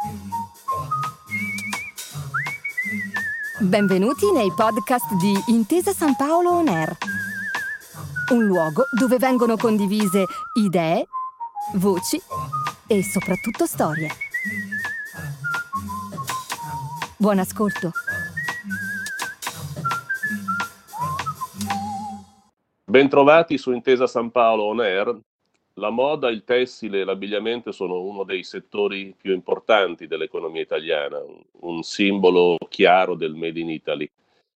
Benvenuti nei podcast di Intesa San Paolo On Air, un luogo dove vengono condivise idee, voci e soprattutto storie. Buon ascolto. Bentrovati su Intesa San Paolo On Air. La moda, il tessile e l'abbigliamento sono uno dei settori più importanti dell'economia italiana, un simbolo chiaro del Made in Italy.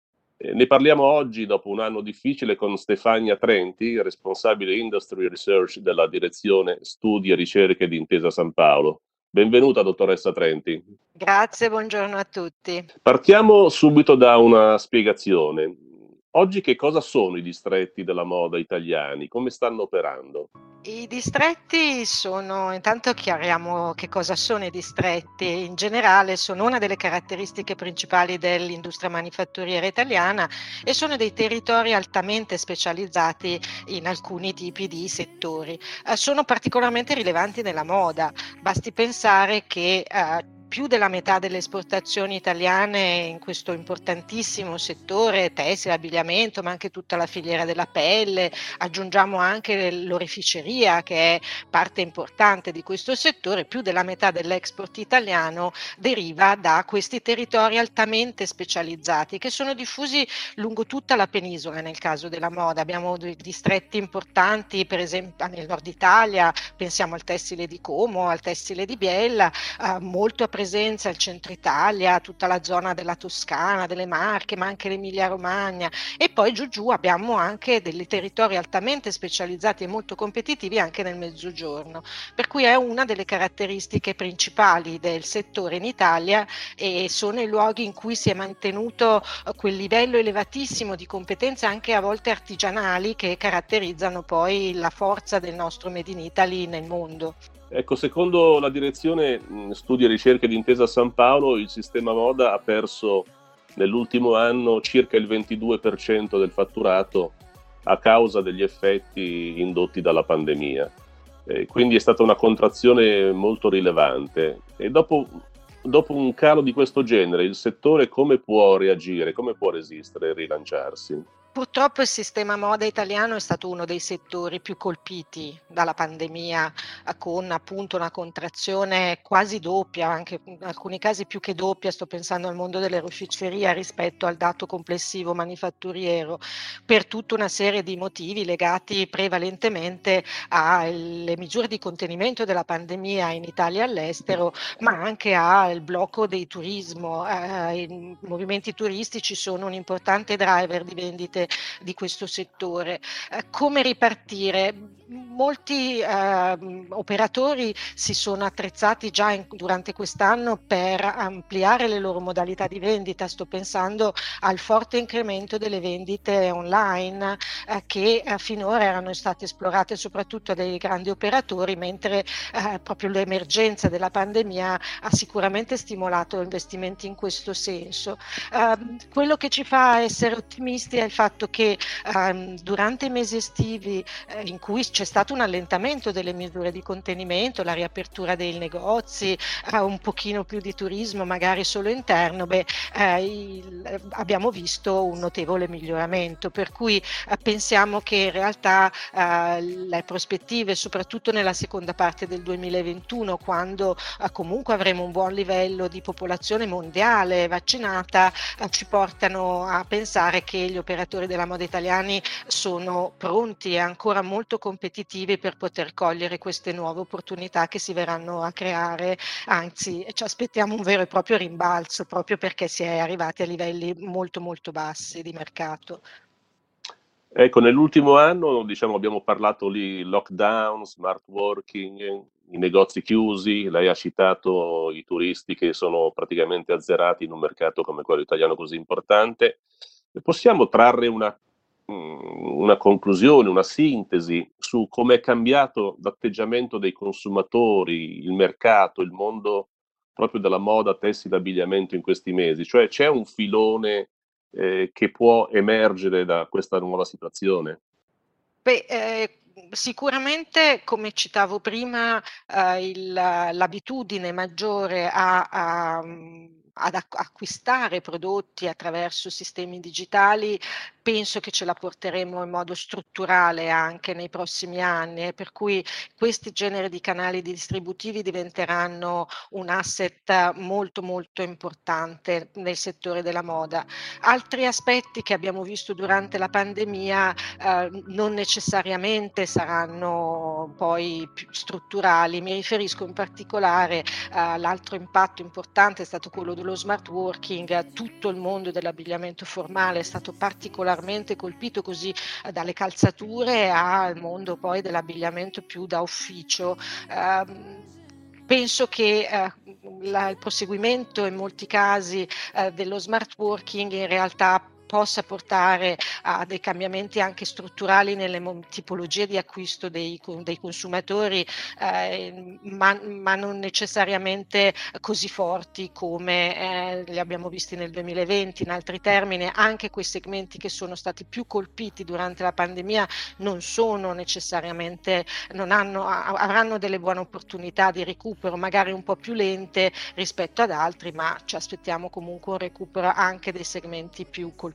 Ne parliamo oggi dopo un anno difficile con Stefania Trenti, responsabile Industry Research della direzione Studi e Ricerche di Intesa San Paolo. Benvenuta dottoressa Trenti. Grazie, buongiorno a tutti. Partiamo subito da una spiegazione. Oggi che cosa sono i distretti della moda italiani? Come stanno operando? I distretti sono, intanto chiariamo che cosa sono i distretti. In generale sono una delle caratteristiche principali dell'industria manifatturiera italiana e sono dei territori altamente specializzati in alcuni tipi di settori. Sono particolarmente rilevanti nella moda. Basti pensare che più della metà delle esportazioni italiane in questo importantissimo settore, tessile, abbigliamento, ma anche tutta la filiera della pelle. Aggiungiamo anche l'oreficeria, che è parte importante di questo settore. Più della metà dell'export italiano deriva da questi territori altamente specializzati che sono diffusi lungo tutta la penisola. Nel caso della moda abbiamo dei distretti importanti, per esempio nel nord Italia, pensiamo al tessile di Como, al tessile di Biella, molto a presenza al centro Italia, tutta la zona della Toscana, delle Marche, ma anche l'Emilia Romagna, e poi giù abbiamo anche dei territori altamente specializzati e molto competitivi anche nel mezzogiorno, per cui è una delle caratteristiche principali del settore in Italia e sono i luoghi in cui si è mantenuto quel livello elevatissimo di competenze anche a volte artigianali che caratterizzano poi la forza del nostro Made in Italy nel mondo. Ecco, secondo la direzione Studi e Ricerche di Intesa San Paolo, il sistema moda ha perso nell'ultimo anno circa il 22% del fatturato a causa degli effetti indotti dalla pandemia. Quindi è stata una contrazione molto rilevante. E dopo un calo di questo genere, il settore come può reagire, come può resistere e rilanciarsi? Purtroppo il sistema moda italiano è stato uno dei settori più colpiti dalla pandemia, con appunto una contrazione quasi doppia, anche in alcuni casi più che doppia. Sto pensando al mondo dell'oreficeria rispetto al dato complessivo manifatturiero, per tutta una serie di motivi legati prevalentemente alle misure di contenimento della pandemia in Italia e all'estero, ma anche al blocco del turismo. I movimenti turistici sono un importante driver di vendite di questo settore. Come ripartire? Molti operatori si sono attrezzati già durante quest'anno per ampliare le loro modalità di vendita. Sto pensando al forte incremento delle vendite online che finora erano state esplorate soprattutto dai grandi operatori, mentre proprio l'emergenza della pandemia ha sicuramente stimolato investimenti in questo senso. Quello che ci fa essere ottimisti è il fatto che durante i mesi estivi in cui c'è stato un allentamento delle misure di contenimento, la riapertura dei negozi, un pochino più di turismo magari solo interno, abbiamo visto un notevole miglioramento, per cui pensiamo che in realtà le prospettive, soprattutto nella seconda parte del 2021, quando comunque avremo un buon livello di popolazione mondiale vaccinata, ci portano a pensare che gli operatori della moda italiani sono pronti e ancora molto competitivi per poter cogliere queste nuove opportunità che si verranno a creare. Anzi, ci aspettiamo un vero e proprio rimbalzo, proprio perché si è arrivati a livelli molto molto bassi di mercato. Ecco, nell'ultimo anno, abbiamo parlato lì lockdown, smart working, i negozi chiusi, lei ha citato i turisti che sono praticamente azzerati in un mercato come quello italiano così importante. Possiamo trarre una conclusione, una sintesi su come è cambiato l'atteggiamento dei consumatori, il mercato, il mondo proprio della moda, tessile, abbigliamento in questi mesi? Cioè c'è un filone che può emergere da questa nuova situazione? Sicuramente, come citavo prima, l'abitudine maggiore ad acquistare prodotti attraverso sistemi digitali, penso che ce la porteremo in modo strutturale anche nei prossimi anni, per cui questi generi di canali distributivi diventeranno un asset molto, molto importante nel settore della moda. Altri aspetti che abbiamo visto durante la pandemia non necessariamente saranno poi più strutturali. Mi riferisco in particolare all'altro impatto importante è stato quello dello smart working. Tutto il mondo dell'abbigliamento formale è stato particolarmente colpito, così dalle calzature al mondo poi dell'abbigliamento più da ufficio. Penso che il proseguimento in molti casi dello smart working in realtà possa portare a dei cambiamenti anche strutturali nelle tipologie di acquisto dei consumatori, ma non necessariamente così forti come li abbiamo visti nel 2020. In altri termini, anche quei segmenti che sono stati più colpiti durante la pandemia non sono necessariamente, avranno delle buone opportunità di recupero, magari un po' più lente rispetto ad altri, ma ci aspettiamo comunque un recupero anche dei segmenti più colpiti.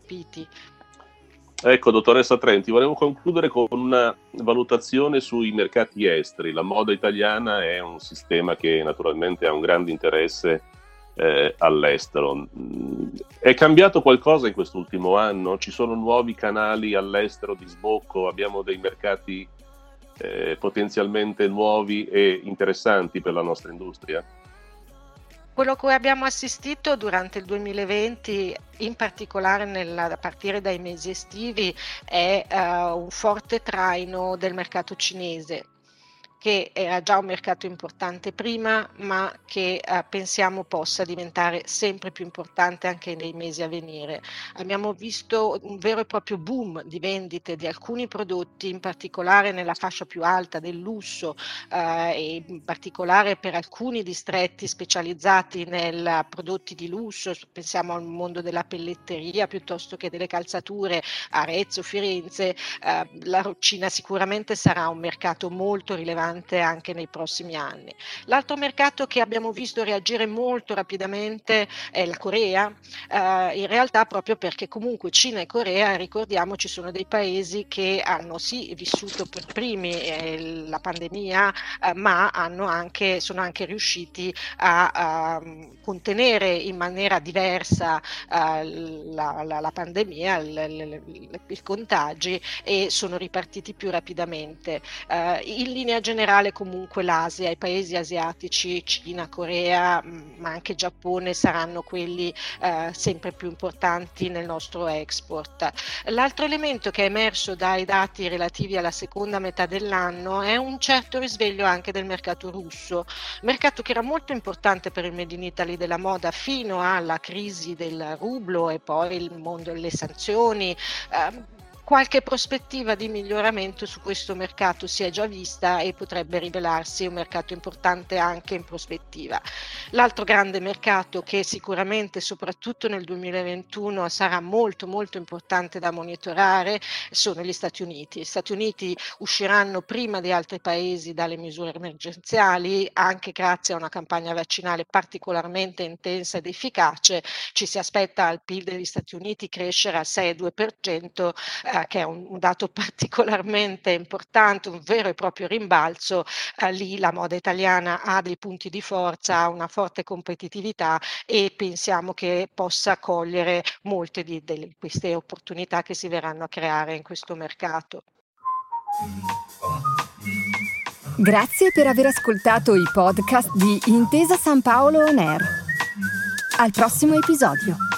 Ecco, dottoressa Trenti, volevo concludere con una valutazione sui mercati esteri. La moda italiana è un sistema che naturalmente ha un grande interesse all'estero. È cambiato qualcosa in quest'ultimo anno? Ci sono nuovi canali all'estero di sbocco? Abbiamo dei mercati potenzialmente nuovi e interessanti per la nostra industria? Quello cui abbiamo assistito durante il 2020, in particolare a partire dai mesi estivi, è un forte traino del mercato cinese, che era già un mercato importante prima, ma che pensiamo possa diventare sempre più importante anche nei mesi a venire. Abbiamo visto un vero e proprio boom di vendite di alcuni prodotti, in particolare nella fascia più alta del lusso, e in particolare per alcuni distretti specializzati nei prodotti di lusso. Pensiamo al mondo della pelletteria piuttosto che delle calzature, Arezzo, Firenze. La Cina sicuramente sarà un mercato molto rilevante anche nei prossimi anni. L'altro mercato che abbiamo visto reagire molto rapidamente è la Corea, in realtà proprio perché comunque Cina e Corea, ricordiamoci, sono dei paesi che hanno sì vissuto per primi la pandemia, ma sono anche riusciti a contenere in maniera diversa la pandemia, i contagi, e sono ripartiti più rapidamente. In linea generale comunque l'Asia, i paesi asiatici, Cina, Corea, ma anche Giappone saranno quelli sempre più importanti nel nostro export. L'altro elemento che è emerso dai dati relativi alla seconda metà dell'anno è un certo risveglio anche del mercato russo, mercato che era molto importante per il Made in Italy della moda fino alla crisi del rublo e poi il mondo delle sanzioni. Qualche prospettiva di miglioramento su questo mercato si è già vista e potrebbe rivelarsi un mercato importante anche in prospettiva. L'altro grande mercato che sicuramente soprattutto nel 2021 sarà molto molto importante da monitorare sono gli Stati Uniti. Gli Stati Uniti usciranno prima di altri paesi dalle misure emergenziali, anche grazie a una campagna vaccinale particolarmente intensa ed efficace. Ci si aspetta al PIL degli Stati Uniti crescere al 6,2%, che è un dato particolarmente importante, un vero e proprio rimbalzo. Lì la moda italiana ha dei punti di forza, ha una forte competitività e pensiamo che possa cogliere molte di queste opportunità che si verranno a creare in questo mercato. Grazie per aver ascoltato i podcast di Intesa Sanpaolo On Air. Al prossimo episodio.